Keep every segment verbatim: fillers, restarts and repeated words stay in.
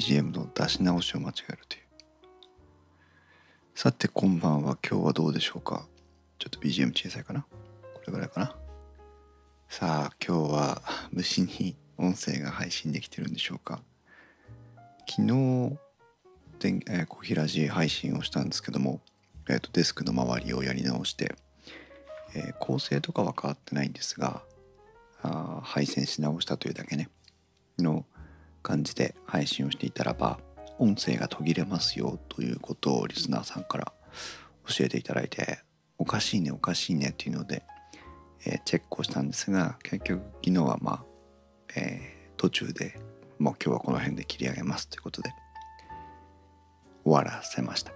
ージーエム の出し直しを間違えるという。さてこんばんは。今日はどうでしょうか。ちょっと ビージーエム 小さいかな。これぐらいかな。さあ今日は無事に音声が配信できてるんでしょうか。昨日で、えー、コヒラジ配信をしたんですけども、えー、とデスクの周りをやり直して、えー、構成とかは変わってないんですが、あ配線し直したというだけねの感じで配信をしていたらば、音声が途切れますよということをリスナーさんから教えていただいて、おかしいねおかしいねっていうので、えー、チェックをしたんですが、結局昨日はまあ、えー、途中でもう今日はこの辺で切り上げますということで終わらせました。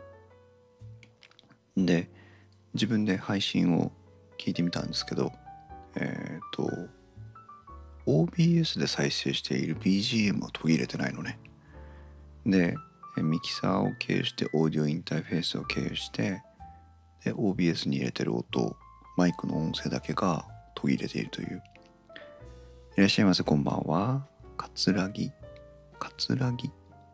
で自分で配信を聞いてみたんですけど、えっ、ー、と オービーエス で再生している ビージーエム は途切れてないのね。でミキサーを経由してオーディオインターフェースを経由してで オービーエス に入れてる音、マイクの音声だけが途切れているという。いらっしゃいませ、こんばんは。かつらぎかつらぎ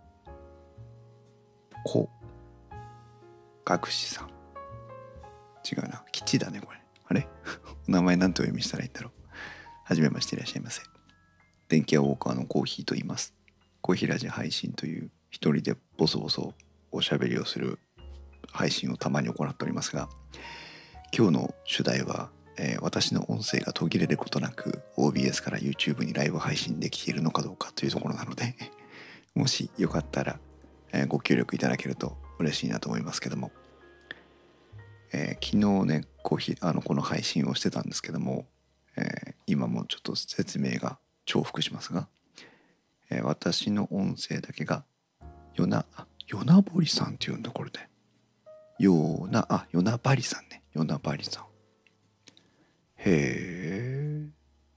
こかくしさん、違うな、吉だねこれ。あれお名前なんてお読みしたらいいんだろう。はじめまして、いらっしゃいませ。電気屋ウォーカーのコーヒーと言います。コーヒーラジ配信という一人でボソボソおしゃべりをする配信をたまに行っておりますが、今日の主題は、えー、私の音声が途切れることなく オービーエス から YouTube にライブ配信できているのかどうかというところなのでもしよかったら、えー、ご協力いただけると嬉しいなと思いますけども、えー、昨日ねコーヒーあのこの配信をしてたんですけども、えー、今もちょっと説明が重複しますが、えー、私の音声だけがよなよなぼりさんっていうんだ。これでよなあよなばりさんね、よなばりさん。へえ、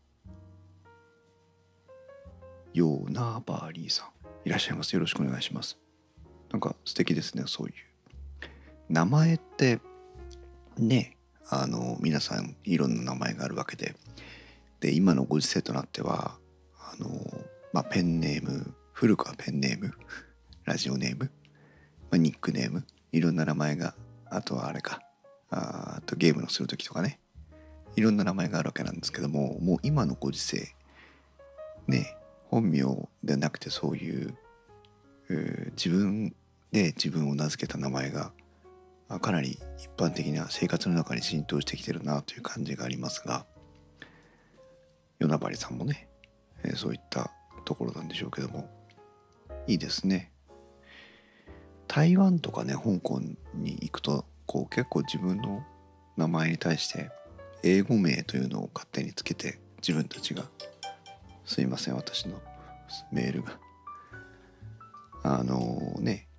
よなばりさんいらっしゃいます。よろしくお願いします。なんか素敵ですね。そういう名前ってね、あの皆さんいろんな名前があるわけで、で今のご時世となってはあの、まあ、ペンネーム、古くはペンネーム、ラジオネーム、まあ、ニックネーム、いろんな名前が、あとはあれか、ああとゲームのする時とかね、いろんな名前があるわけなんですけども、もう今のご時世ね、本名でなくてそういう、う自分で自分を名付けた名前がかなり一般的な生活の中に浸透してきてるなという感じがありますが、与那原さんもね、えー、そういったところなんでしょうけども、いいですね。台湾とかね、香港に行くとこう結構自分の名前に対して英語名というのを勝手につけて、自分たちが、すいません私のメールがあのー、ね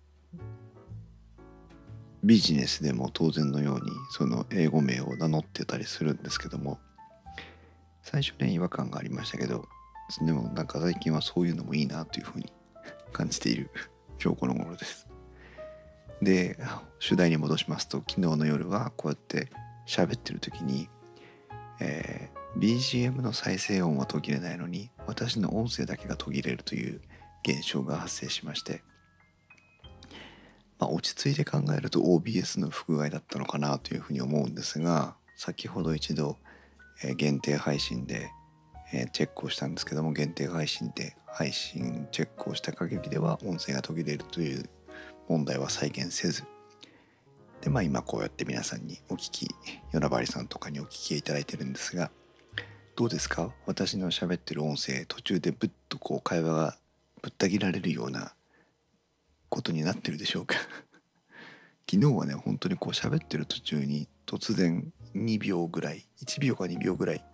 ビジネスでも当然のようにその英語名を名乗ってたりするんですけども、最初ね違和感がありましたけど、でもなんか最近はそういうのもいいなというふうに感じている今日この頃です。で主題に戻しますと、昨日の夜はこうやって喋ってる時に、えー、ビージーエム の再生音は途切れないのに私の音声だけが途切れるという現象が発生しまして、まあ、落ち着いて考えると オービーエス の不具合だったのかなというふうに思うんですが、先ほど一度、えー、限定配信で、えー、チェックをしたんですけども、限定配信で配信チェックをした限りでは音声が途切れるという問題は再現せずで、まあ今こうやって皆さんにお聞き、与那原さんとかにお聞きいただいてるんですが、どうですか。私の喋ってる音声途中でぶっとこう会話がぶった切られるようなことになってるでしょうか昨日はね本当にこう喋ってる途中に突然にびょうぐらい、いちびょうかにびょうぐらい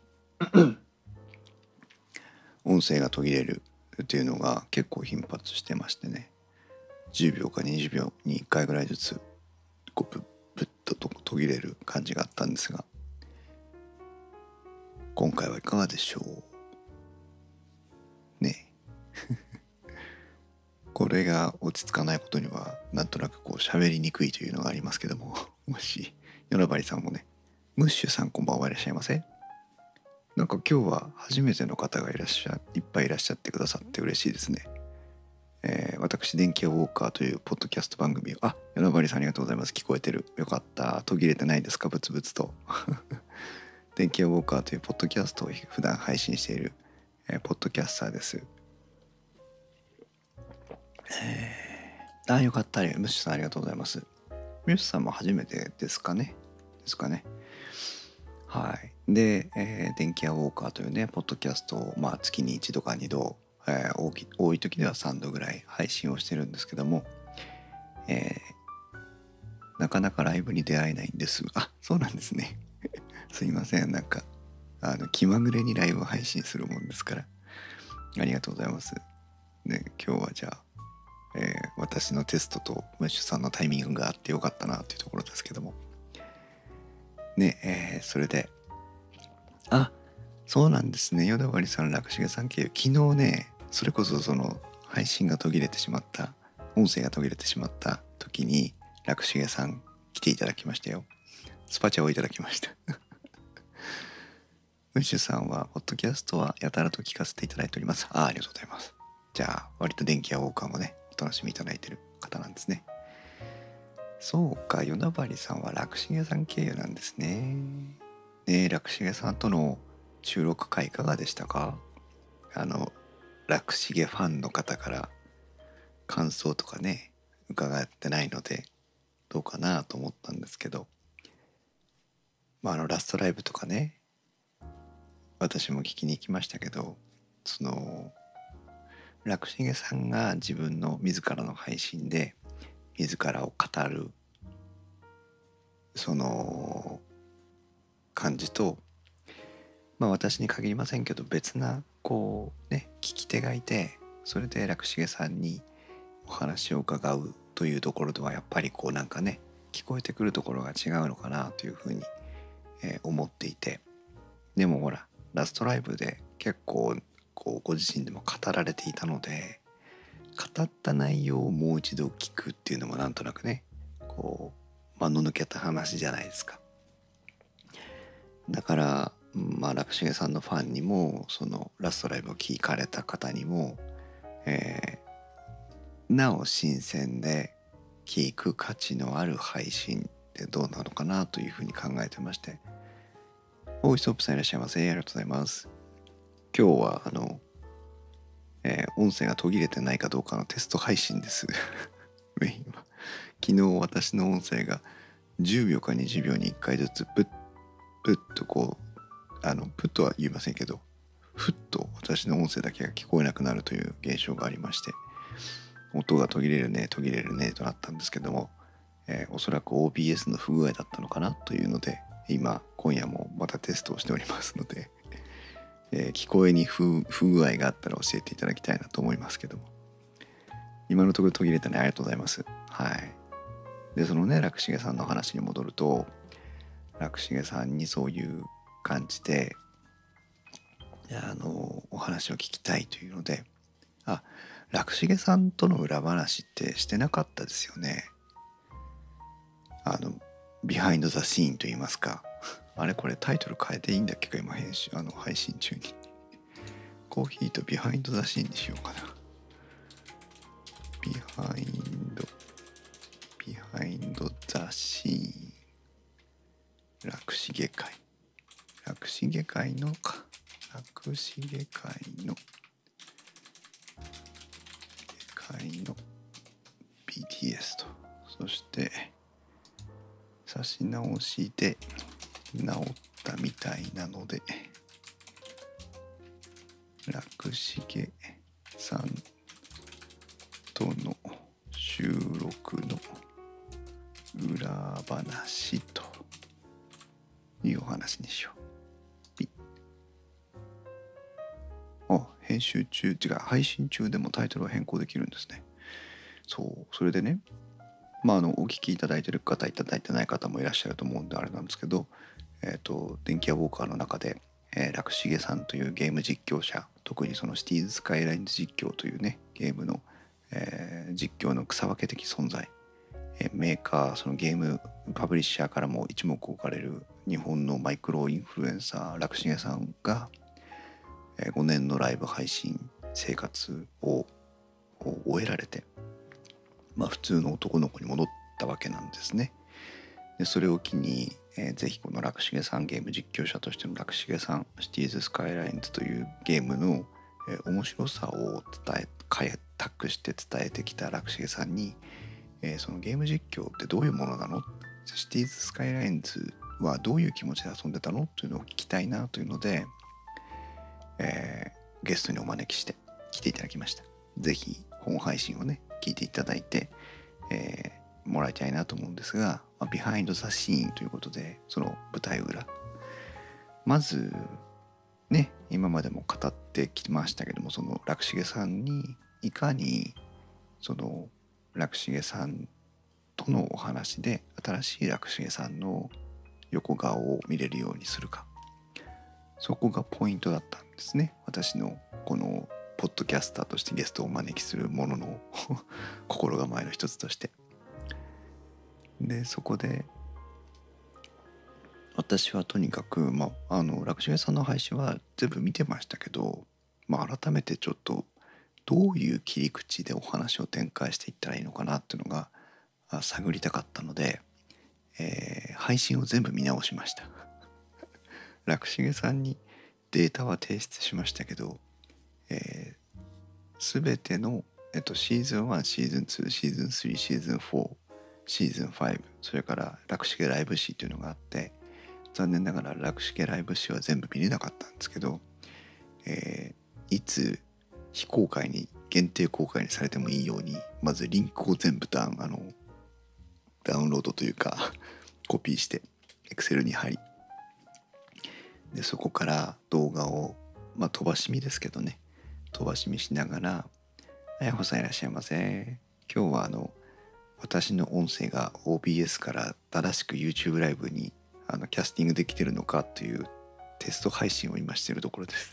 音声が途切れるっていうのが結構頻発してましてね、じゅうびょうかにじゅうびょうにいっかいぐらいずつこうぶぶっと途切れる感じがあったんですが、今回はいかがでしょうねこれが落ち着かないことにはなんとなくこう喋りにくいというのがありますけども、もし与那原さんもね、ムッシュさんこんばんはいらっしゃいませ。なんか今日は初めての方がいらっしゃいっぱいいらっしゃってくださって嬉しいですね。 えー、私電気屋ウォーカーというポッドキャスト番組を、あ、ヨナバリさんありがとうございます。聞こえてる、よかった。途切れてないですか、ブツブツと電気屋ウォーカーというポッドキャストを普段配信している、えー、ポッドキャスターです。えー、あ、よかった。ムッシュさんありがとうございます。ムッシュさんも初めてですかねですかねはい。で、えー、電気屋ウォーカーというね、ポッドキャストを、まあ、月にいちどかにど、えー、多き多い時ではさんどぐらい配信をしてるんですけども、えー、なかなかライブに出会えないんです。あ、そうなんですね。すいません。なんか、あの、気まぐれにライブ配信するもんですから。ありがとうございます。ね、今日はじゃあ、えー、私のテストとムッシュさんのタイミングがあってよかったなというところですけども。ね、えー、それで、あ、そうなんですね。ヨドバリさん、楽重さん経由。昨日ね、それこそその配信が途切れてしまった、音声が途切れてしまった時に、楽重さん来ていただきましたよ。スパチャをいただきました。ムッシュさんは、ポッドキャストはやたらと聞かせていただいております。ああ、ありがとうございます。じゃあ、割と電気やウォーカーもね、お楽しみいただいている方なんですね。そうか、ヨナバリさんは楽重さん経由なんですね。ねえ、楽重さんとの収録会いかがでしたか？あの、楽重ファンの方から感想とかね、伺ってないので、どうかなと思ったんですけど、まあ、あの、ラストライブとかね、私も聞きに行きましたけど、その、楽重さんが自分の自らの配信で、自らを語る、その、感じと、まあ私に限りませんけど、別な、こう、ね、聞き手がいて、それで楽重さんにお話を伺うというところではやっぱりこうなんかね聞こえてくるところが違うのかなというふうに、えー思っていて、でもほらラストライブで結構こうご自身でも語られていたので、語った内容をもう一度聞くっていうのもなんとなくねこう間の抜けた話じゃないですか。だからまあ楽重さんのファンにもそのラストライブを聞かれた方にも、えーなお新鮮で聞く価値のある配信ってどうなのかなというふうに考えてまして。おいソープさんいらっしゃいませ。ありがとうございます。今日はあの、えー音声が途切れてないかどうかのテスト配信です。メインは昨日私の音声がじゅうびょうかにじゅうびょうにいっかいずつプップッとこうあのプッとは言いませんけど、ふっと私の音声だけが聞こえなくなるという現象がありまして、音が途切れるね途切れるねとなったんですけども、えーおそらく オービーエス の不具合だったのかなというので、今今夜もまたテストをしておりますので、えー聞こえに不不具合があったら教えていただきたいなと思いますけども、今のところ途切れたね、ありがとうございます。はい。でそのね楽重さんの話に戻ると、楽重さんにそういう感じであのお話を聞きたいというので、あ、楽重さんとの裏話ってしてなかったですよね。あのビハインド・ザ・シーンと言いますか、あれこれタイトル変えていいんだっけか、今編集あの配信中にコーヒーとビハインド・ザ・シーンにしようかな。ビハインドビハインド・ザ・シーン、楽重会楽重会のか楽重会の会の ビーティーエス と、そして差し直しで治ったみたいなので、楽重さんとの収録の裏話というお話にしよう。あ、編集中違う配信中でもタイトルを変更できるんですね。そう、それでね、まああのお聞きいただいてる方いただいてない方もいらっしゃると思うんであれなんですけど、えっ、と電気屋ウォーカーの中で、えー、楽重さんというゲーム実況者、特にそのシティーズスカイラインズ実況というねゲームの、えー実況の草分け的存在、えーメーカーそのゲームパブリッシャーからも一目置かれる日本のマイクロインフルエンサー楽重さんが、えーごねんのライブ配信生活をを終えられて、まあ、普通の男の子に戻ったわけなんですね。でそれを機に、えー、ぜひこの楽重さん、ゲーム実況者としての楽重さん、シティーズスカイラインズというゲームの、えー、面白さを伝え開拓して伝えてきた楽重さんに、えー、そのゲーム実況ってどういうものなの、シティーズスカイラインズはどういう気持ちで遊んでたのというのを聞きたいなというので、えー、ゲストにお招きして来ていただきました。ぜひ本配信をね聞いていただいて、えー、もらいたいなと思うんですが、まあ、ビハインドザシーンということで、その舞台裏、まずね今までも語ってきましたけども、その楽重さんにいかにその楽重さんとのお話で新しい楽重さんの横顔を見れるようにするか、そこがポイントだったんですね。私のこのポッドキャスターとしてゲストをお招きするものの心構えの一つとして、でそこで私はとにかく、まあ、あの楽重さんの配信は全部見てましたけど、まあ、改めてちょっとどういう切り口でお話を展開していったらいいのかなっていうのが探りたかったので、えー、配信を全部見直しました。楽重さんにデータは提出しましたけど、えー、全ての、えっと、シーズンワン、シーズンツー、シーズンスリー、シーズンフォー、シーズンファイブ、それから楽重ライブ誌というのがあって、残念ながら楽重ライブ誌は全部見れなかったんですけど、えー、いつ非公開に限定公開にされてもいいように、まずリンクを全部ダウンあのダウンロードというかコピーして Excel に貼り、でそこから動画を、まあ、飛ばし見ですけどね、飛ばし見しながら「あやほさんいらっしゃいませ。今日はあの私の音声が オービーエス から正しく YouTube ライブにあのキャスティングできてるのかというテスト配信を今しているところです。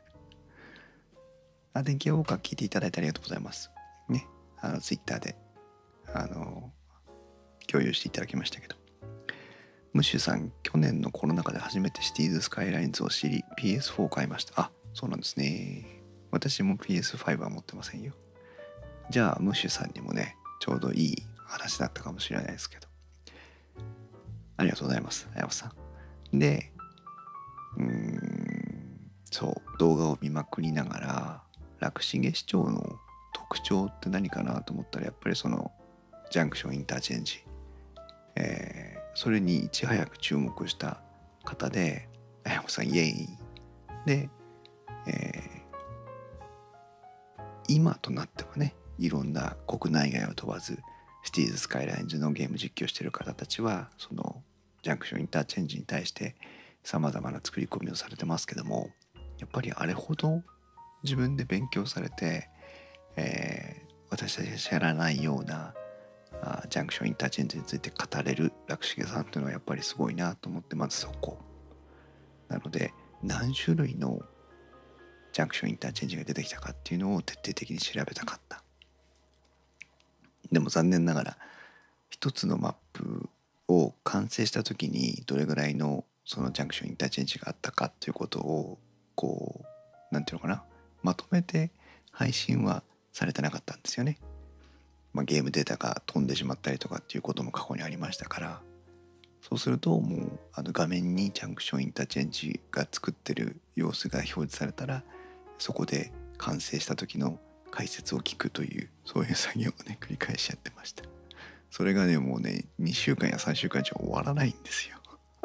あ、電気ウォーカー聞いていただいてありがとうございます。ね、あの Twitter であの共有していただきましたけど、ムッシュさん、去年のコロナ禍で初めてシティーズスカイラインズを知り ピーエスフォー を買いました。あ、そうなんですね。私も ピーエスファイブ は持ってませんよ。じゃあムッシュさんにもねちょうどいい話だったかもしれないですけど、ありがとうございます、あやまさん。でうーんそう動画を見まくりながら楽重市長の特徴って何かなと思ったら、やっぱりそのジャンクションインターチェンジ、えー、それにいち早く注目した方で、あやまさんイエイで、えー、今となってはねいろんな国内外を問わずシティーズスカイラインズのゲーム実況している方たちはそのジャンクションインターチェンジに対してさまざまな作り込みをされてますけども、やっぱりあれほど自分で勉強されて、えー、私たちが知らないようなあジャンクションインターチェンジについて語れる楽重さんというのはやっぱりすごいなと思って、まずそこなので、何種類のジャンクションインターチェンジが出てきたかっていうのを徹底的に調べたかった。でも残念ながら一つのマップを完成した時にどれぐらいのそのジャンクションインターチェンジがあったかっていうことをこうなんていうのかな、まとめて配信はされてなかったんですよね。まあ、ゲームデータが飛んでしまったりとかっていうことも過去にありましたから、そうするともうあの画面にジャンクションインターチェンジが作ってる様子が表示されたら、そこで完成した時の解説を聞くという、そういう作業をね繰り返しやってました。それがねもうねにしゅうかんやさんしゅうかんじゃ終わらないんですよ。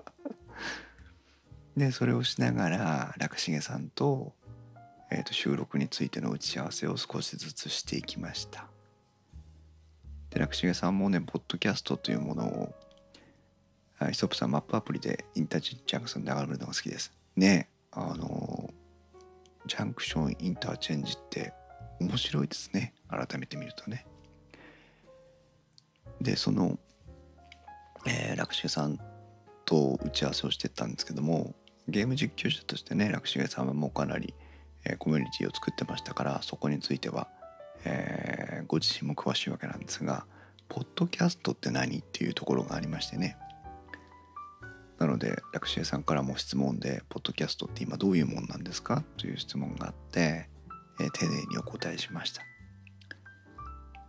でそれをしながら楽重さんと、えー、と収録についての打ち合わせを少しずつしていきました。で楽重さんもねポッドキャストというものをヒソップさんマップアプリでインターチェンジャンクションで流れるのが好きですね。あのジャンクションインターチェンジって面白いですね、改めて見るとね。でその、えー、楽重さんと打ち合わせをしてったんですけども、ゲーム実況者としてね楽重さんはもうかなり、えー、コミュニティを作ってましたから、そこについては、えー、ご自身も詳しいわけなんですが、ポッドキャストって何っていうところがありましてね。なので楽重さんからも質問で、ポッドキャストって今どういうもんなんですかという質問があって、えー、丁寧にお答えしました。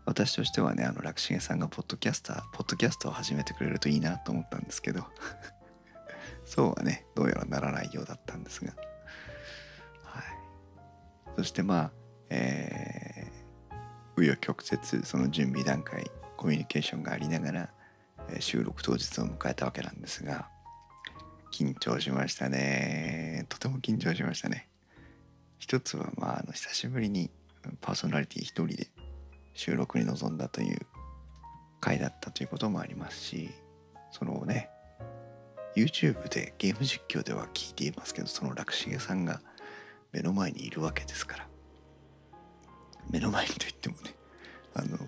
私としてはね、あの楽重さんがポッドキャスターポッドキャストを始めてくれるといいなと思ったんですけどそうはねどうやらならないようだったんですが、はい、そしてまあえー、紆余曲折その準備段階コミュニケーションがありながら、えー、収録当日を迎えたわけなんですが、緊張しましたね。とても緊張しましたね。一つはまああの久しぶりにパーソナリティ一人で収録に臨んだという回だったということもありますし、そのね YouTube でゲーム実況では聞いていますけど、その楽重さんが目の前にいるわけですから、目の前にといってもね、あの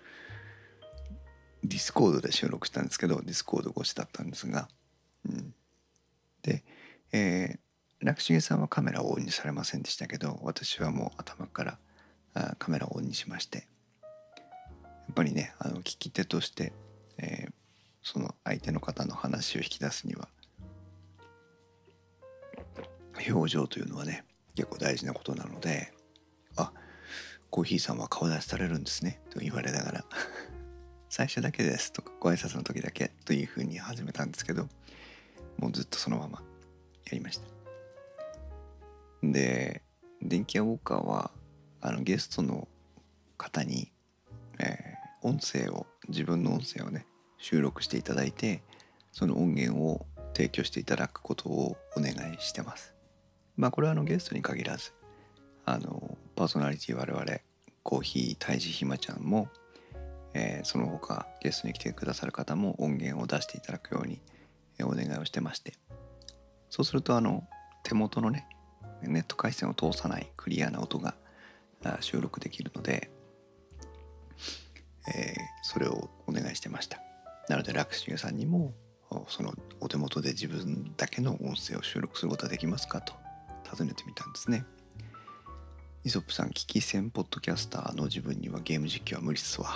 ディスコードで収録したんですけど、ディスコード越しだったんですが、うん、で、えー、楽重さんはカメラをオンにされませんでしたけど、私はもう頭からあカメラをオンにしまして、やっぱりねあの聞き手として、えー、その相手の方の話を引き出すには表情というのはね結構大事なことなので、あ、コーヒーさんは顔出しされるんですねと言われながら最初だけですとかご挨拶の時だけというふうに始めたんですけど、もうずっとそのままやりました。で電気屋ウォーカーはあのゲストの方に、えー、音声を自分の音声をね収録していただいて、その音源を提供していただくことをお願いしてます。まあこれはあのゲストに限らず、あのパーソナリティ我々コーヒーたいじひまちゃんも、えー、その他ゲストに来てくださる方も音源を出していただくように、えー、お願いをしてまして、そうするとあの手元のねネット回線を通さないクリアな音が収録できるので、えー、それをお願いしてました。なので楽重さんにもそのお手元で自分だけの音声を収録することはできますかと尋ねてみたんですね。イソップさん、聞き戦ポッドキャスターの自分にはゲーム実況は無理っすわ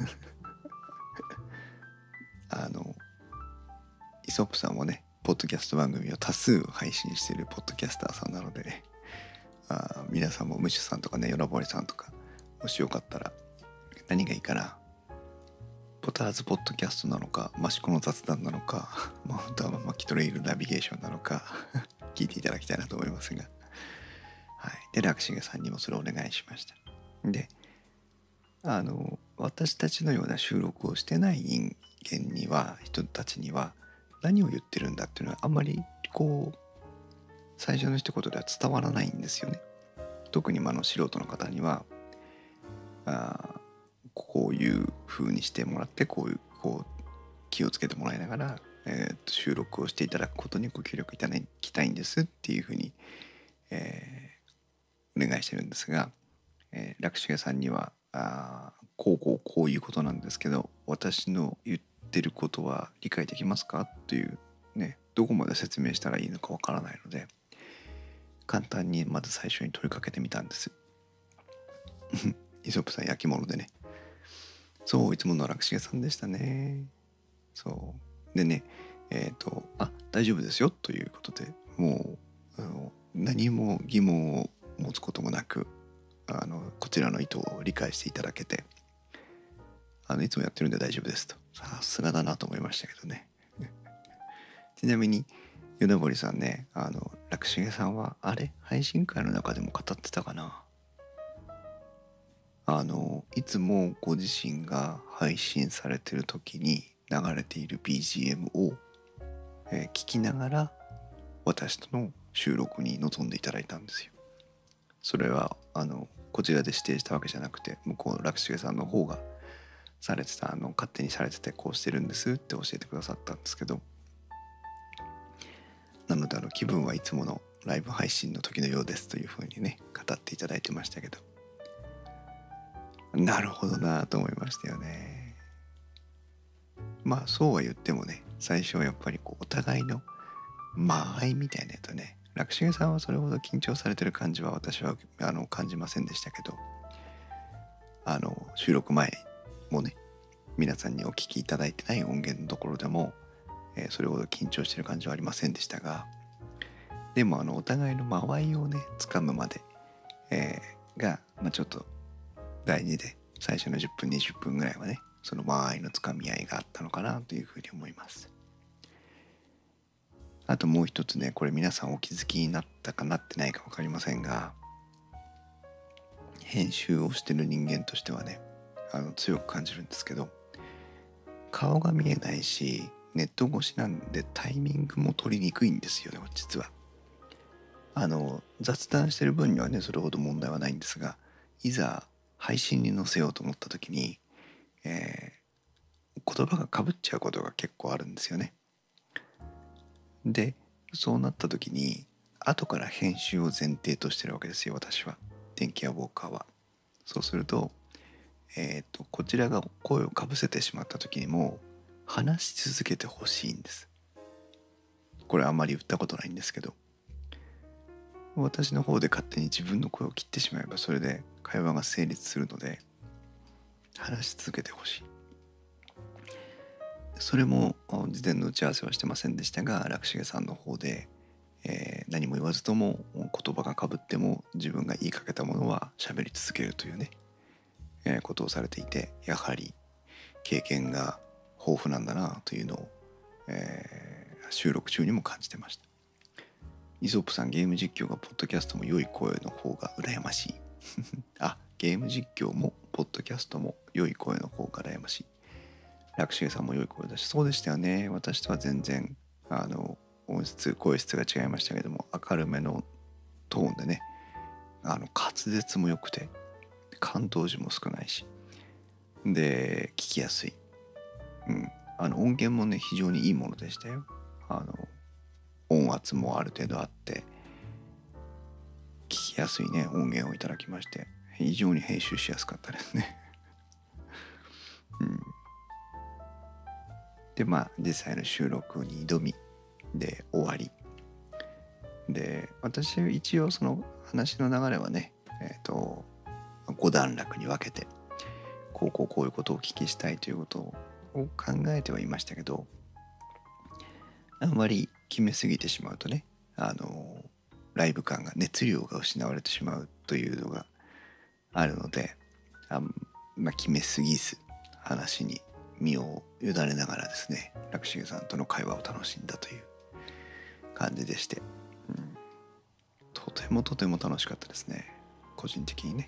あのイソップさんもねポッドキャスト番組を多数配信しているポッドキャスターさんなのでね、あ皆さんもムシュさんとかねヨラボリさんとか、もしよかったら何がいいかな、ポターズポッドキャストなのか、マシコの雑談なのか、マウントアママキトレイルナビゲーションなのか聞いていただきたいなと思いますが、はい、で楽重さんにもそれをお願いしました。であの私たちのような収録をしてない人間には人たちには何を言ってるんだっていうのはあんまりこう最初の一言では伝わらないんですよね。特にあの素人の方にはあこういう風にしてもらって、こういうこう気をつけてもらいながら、えー、と収録をしていただくことにご協力いただきたいんですっていう風に、えー、お願いしてるんですが、えー、楽重さんにはあこうこうこういうことなんですけど、私の言ってることは理解できますかっていうね、どこまで説明したらいいのかわからないので、簡単にまず最初に問いかけてみたんですイソップさん焼き物でね、そういつもの楽重さんでしたね。そうでね、えっ、ー、とあ大丈夫ですよということで、もうあの何も疑問を持つこともなく、あのこちらの意図を理解していただけて、あのいつもやってるんで大丈夫ですと、さすがだなと思いましたけどねちなみにヨダボリさんね、あの楽重さんはあれ配信会の中でも語ってたかな、あのいつもご自身が配信されてる時に流れている ビージーエム を、えー、聞きながら私との収録に臨んでいただいたんですよ。それはあのこちらで指定したわけじゃなくて、向こうの楽重さんの方がされてた、あの勝手にされててこうしてるんですって教えてくださったんですけど、なのであの気分はいつものライブ配信の時のようですというふうにね語っていただいてましたけど、なるほどなと思いましたよね。まあそうは言ってもね、最初はやっぱりこうお互いの間合いみたいなやつね、楽重さんはそれほど緊張されてる感じは私はあの感じませんでしたけど、あの収録前もね皆さんにお聞きいただいてない音源のところでも、えー、それほど緊張してる感じはありませんでしたが、でもあのお互いの間合いをねつかむまで、えー、が、まあ、ちょっと大事で、 最初のじゅっぷんにじゅっぷんぐらいはね、その間合いのつかみ合いがあったのかなというふうに思います。あともう一つね、これ皆さんお気づきになったかなってないか分かりませんが、編集をしてる人間としてはね、あの強く感じるんですけど、顔が見えないしネット越しなんでタイミングも取りにくいんですよね、実は。あの雑談してる分にはねそれほど問題はないんですが、いざ配信に載せようと思った時に、えー、言葉がかぶっちゃうことが結構あるんですよね。でそうなった時に後から編集を前提としてるわけですよ、私は。電気屋ウォーカーは。そうすると,、えー、とこちらが声をかぶせてしまった時にも話し続けてほしいんです。これあんまり言ったことないんですけど、私の方で勝手に自分の声を切ってしまえばそれで会話が成立するので、話し続けてほしい。それも事前の打ち合わせはしてませんでしたが、楽重さんの方で、えー、何も言わずとも言葉がかぶっても自分が言いかけたものは喋り続けるというね、えー、ことをされていて、やはり経験が豊富なんだなというのを、えー、収録中にも感じてました。イソップさん、ゲーム実況がポッドキャストも良い声の方が羨ましいあ、ゲーム実況もポッドキャストも良い声の方が羨ましい。楽重さんも良い声だし、そうでしたよね。私とは全然あの音質声質が違いましたけども、明るめのトーンでね、あの滑舌も良くて関東字も少ないしで聞きやすい、うん、あの音源もね非常にいいものでしたよ。あの音圧もある程度あって聞きやすいね音源をいただきまして、非常に編集しやすかったですねうん、でまあ実際の収録に挑みで終わりで、私一応その話の流れはね、えっとご段落に分けてこうこうこういうことをお聞きしたいということを考えてはいましたけど、あんまり決めすぎてしまうとね、あのライブ感が熱量が失われてしまうというのがあるので、あまあ、決めすぎず話に身を委ねながらですね、楽重さんとの会話を楽しんだという感じでして、うん、とてもとても楽しかったですね、個人的にね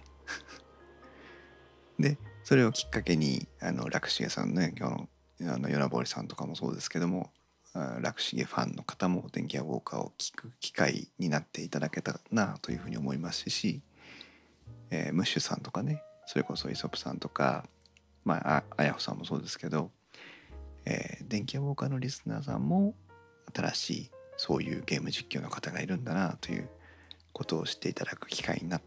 でそれをきっかけにあの楽重さんね、今日のあの与那堀さんとかもそうですけども、楽重ファンの方も電気屋ウォーカーを聞く機会になっていただけたなというふうに思いますし、えー、ムッシュさんとかね、それこそイソップさんとか、まああやほさんもそうですけど、えー、電気屋ウォーカーのリスナーさんも新しいそういうゲーム実況の方がいるんだなということを知っていただく機会になって、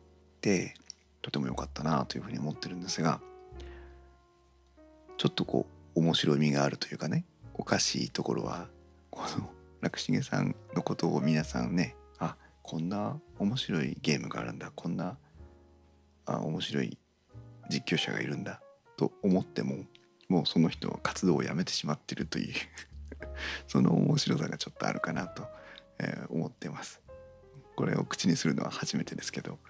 とても良かったなというふうに思ってるんですが、ちょっとこう面白みがあるというかね、おかしいところはこの楽重さんのことを皆さんね、あ、こんな面白いゲームがあるんだ、こんなあ面白い実況者がいるんだと思っても、もうその人は活動をやめてしまっているというその面白さがちょっとあるかなと、えー、思ってます。これを口にするのは初めてですけど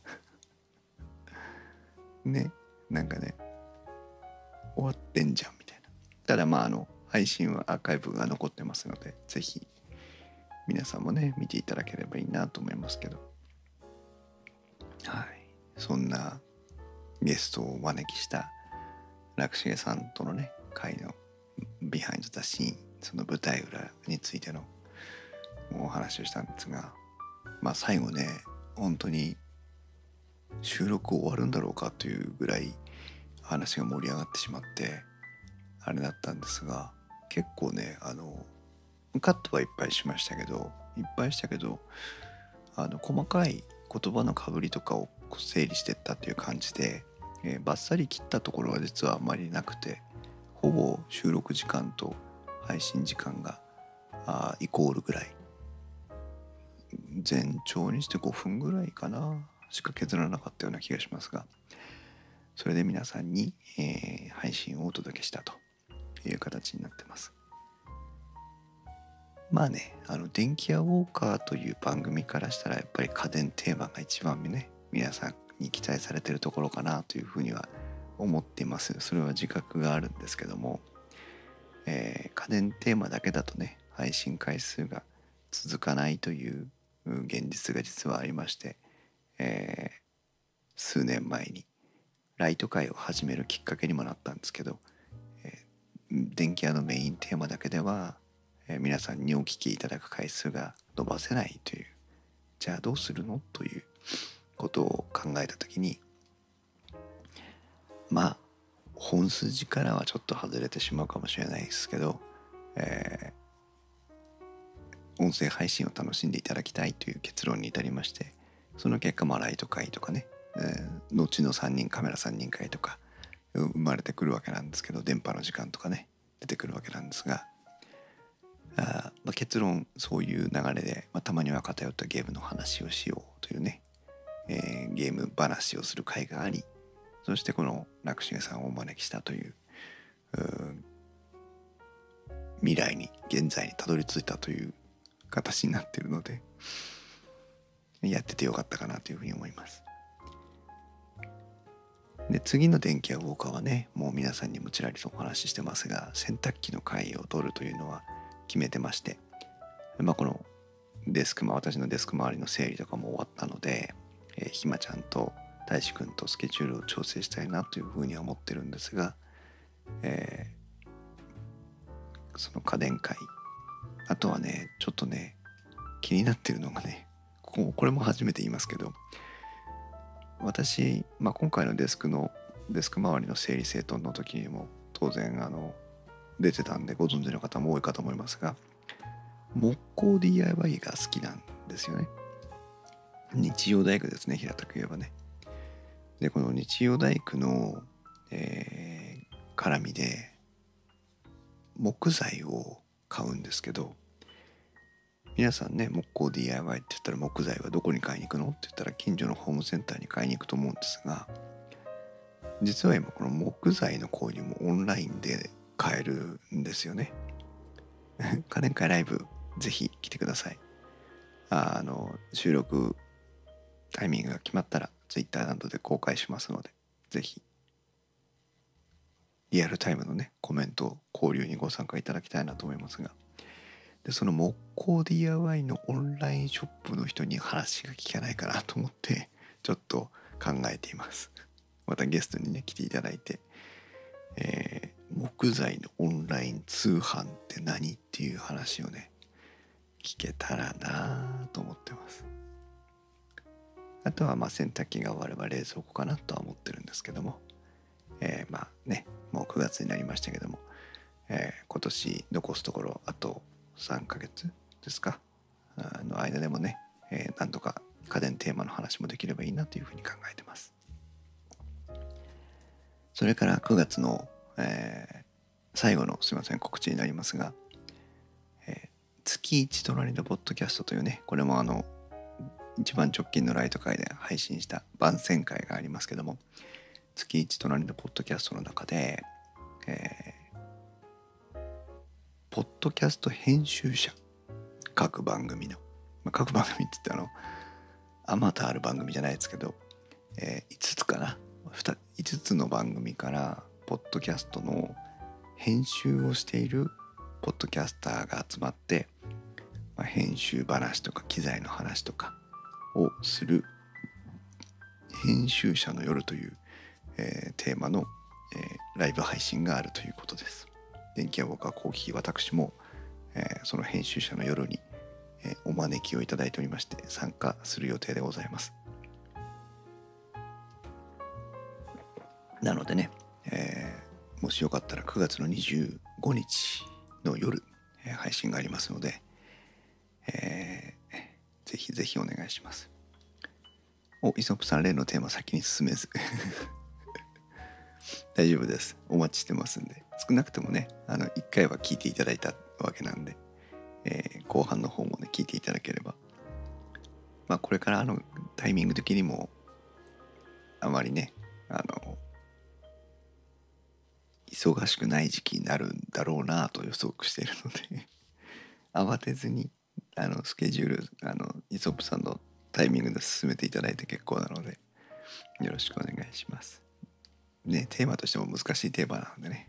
ね、なんかね、終わってんじゃんみたいな。ただまああの配信はアーカイブが残ってますので、ぜひ皆さんもね見ていただければいいなと思いますけど、はい、そんなゲストをお招きした楽重さんとのね会のビハインド・ザ・シーン、その舞台裏についてのお話をしたんですが、まあ最後ね、本当に収録終わるんだろうかというぐらい話が盛り上がってしまってあれだったんですが、結構ね、あのカットはいっぱいしましたけどいっぱいしたけどあの細かい言葉のかぶりとかを整理してったっていう感じで、えー、バッサリ切ったところは実はあんまりなくて、ほぼ収録時間と配信時間があイコールぐらい、全長にしてごふんぐらいかなしか削らなかったような気がしますが、それで皆さんに、えー、配信をお届けしたという形になってます。まあね、あの電気屋ウォーカーという番組からしたらやっぱり家電テーマが一番ね皆さんに期待されてるところかなというふうには思っています。それは自覚があるんですけども、えー家電テーマだけだとね、配信回数が続かないといううん現実が実はありまして、えー数年前にライト会を始めるきっかけにもなったんですけど、えー電気屋のメインテーマだけでは、えー皆さんにお聞きいただく回数が伸ばせないという、じゃあどうするのということを考えた時に、まあ本筋からはちょっと外れてしまうかもしれないですけど、えー音声配信を楽しんでいただきたいという結論に至りまして、その結果、まあライト会とかね、えー後のさんにんカメラさんにん会とか生まれてくるわけなんですけど、電波の時間とかね出てくるわけなんですが、あ、まあ、結論そういう流れで、まあ、たまには偏ったゲームの話をしようというね、えーゲーム話をする会があり、そしてこの楽重さんをお招きしたという、うー未来に現在にたどり着いたという形になっているので、やっててよかったかなというふうに思います。で次の電気屋ウォーカーはね、もう皆さんにもちらりとお話ししてますが、洗濯機の回を取るというのは決めてまして、まあこのデスク、まあ、私のデスク周りの整理とかも終わったので、えーひまちゃんと大志くんとスケジュールを調整したいなというふうには思ってるんですが、えーその家電会、あとはねちょっとね気になってるのがね、ここれも初めて言いますけど、私、まあ、今回のデスクのデスク周りの整理整頓の時にも当然あの出てたんでご存知の方も多いかと思いますが、木工 ディーアイワイ が好きなんですよね。日曜大工ですね、平たく言えばね。でこの日曜大工の、えー絡みで木材を買うんですけど、皆さんね、木工 ディーアイワイ って言ったら木材はどこに買いに行くのって言ったら近所のホームセンターに買いに行くと思うんですが、実は今この木材の購入もオンラインで買えるんですよね。家電会ライブぜひ来てください。あの収録タイミングが決まったら Twitter などで公開しますので、ぜひリアルタイムのねコメント交流にご参加いただきたいなと思いますが、でその木工 ディーアイワイ のオンラインショップの人に話が聞けないかなと思ってちょっと考えています。またゲストにね来ていただいて、えー木材のオンライン通販って何っていう話をね聞けたらなと思ってます。あとはまあ洗濯機が終われば冷蔵庫かなとは思ってるんですけども、えーまあねもうくがつになりましたけども、えー今年残すところあとさんかげつですか、あの間でもね、えー、何とか家電テーマの話もできればいいなというふうに考えてます。それからくがつの、えー最後のすいません告知になりますが、えー月いち隣のポッドキャストというね、これもあの一番直近のライト会で配信した番宣会がありますけども、月いち隣のポッドキャストの中で、えーポッドキャスト編集者、各番組の、まあ、各番組って言ってあのあまたある番組じゃないですけど、えー、いつつかないつつの番組からポッドキャストの編集をしているポッドキャスターが集まって、まあ、編集話とか機材の話とかをする編集者の夜という、えーテーマの、えーライブ配信があるということです。電気屋ウォーカーコーヒー、私も、えーその編集者の夜に、えーお招きをいただいておりまして参加する予定でございます。なのでね、えーもしよかったらくがつのにじゅうごにちの夜、えー配信がありますので、えーぜひぜひお願いします。お、イソップさん例のテーマ先に進めず大丈夫です。お待ちしてますんで、少なくともねあのいっかいは聞いていただいたわけなんで、えー後半の方もね聞いていただければ、まあこれからあのタイミング的にもあまりねあの忙しくない時期になるんだろうなと予測しているので慌てずにあのスケジュールあのイソップさんのタイミングで進めていただいて結構なのでよろしくお願いします。 ね、テーマとしても難しいテーマなのでね。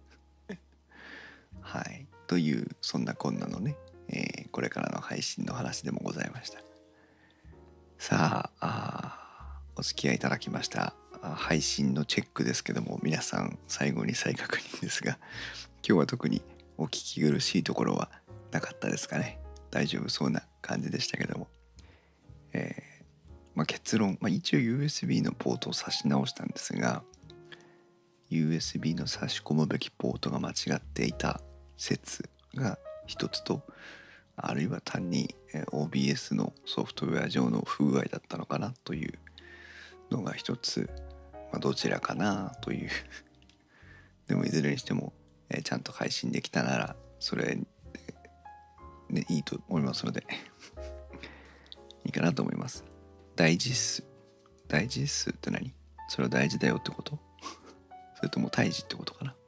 はい。という、そんなこんなのね、えーこれからの配信の話でもございました。さあ、あーお付き合いいただきましたあ配信のチェックですけども、皆さん最後に再確認ですが、今日は特にお聞き苦しいところはなかったですかね。大丈夫そうな感じでしたけども、えーまあ、結論、まあ、一応 ユーエスビー のポートを差し直したんですが、 ユーエスビー の差し込むべきポートが間違っていた説が一つと、あるいは単に オービーエス のソフトウェア上の不具合だったのかなというのが一つ、まあ、どちらかなというでもいずれにしても、えーちゃんと配信できたならそれ、ね、いいと思いますのでいいかなと思います。大事っす。大事っすって何？それは大事だよってこと？それとも大事ってことかな？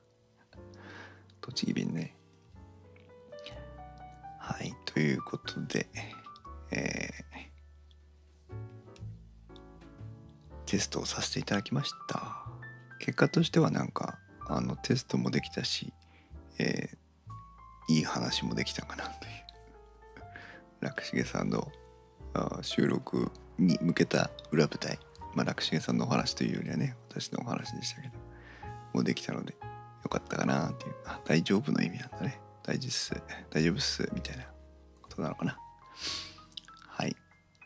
栃木弁ね。はい、ということで、えーテストをさせていただきました。結果としてはなんかあのテストもできたし、えーいい話もできたかなという楽重さんのあ収録に向けた裏舞台、まあ楽重さんのお話というよりはね、私のお話でしたけどもうできたのでよかったかなっていう。あ、大丈夫の意味なんだね。大事っす、大丈夫っすみたいなことなのかな。はい、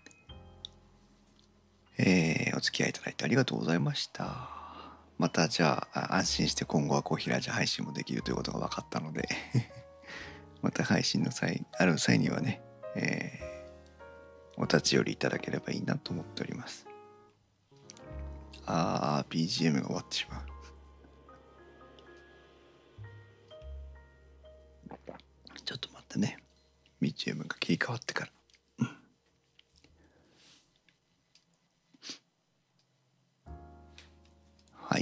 えー、お付き合いいただいてありがとうございました。またじゃあ安心して今後はコーヒーラジ配信もできるということが分かったのでまた配信の際ある際にはね、えー、お立ち寄りいただければいいなと思っております。あー ビージーエム が終わってしまう。ちょっと待ってね、 ビージーエム が切り替わってから。はい、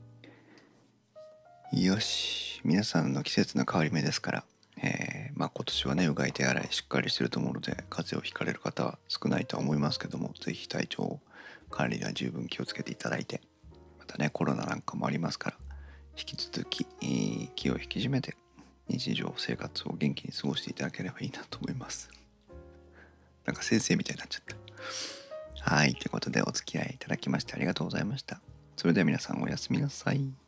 よし、皆さんの季節の変わり目ですから、えーまあ、今年はねうがい手洗いしっかりしてると思うので風邪をひかれる方は少ないとは思いますけども、ぜひ体調管理には十分気をつけていただいて、またねコロナなんかもありますから引き続き、えー気を引き締めて日常生活を元気に過ごしていただければいいなと思います。なんか先生みたいになっちゃった。はい、ということでお付き合いいただきましてありがとうございました。それでは皆さんおやすみなさい。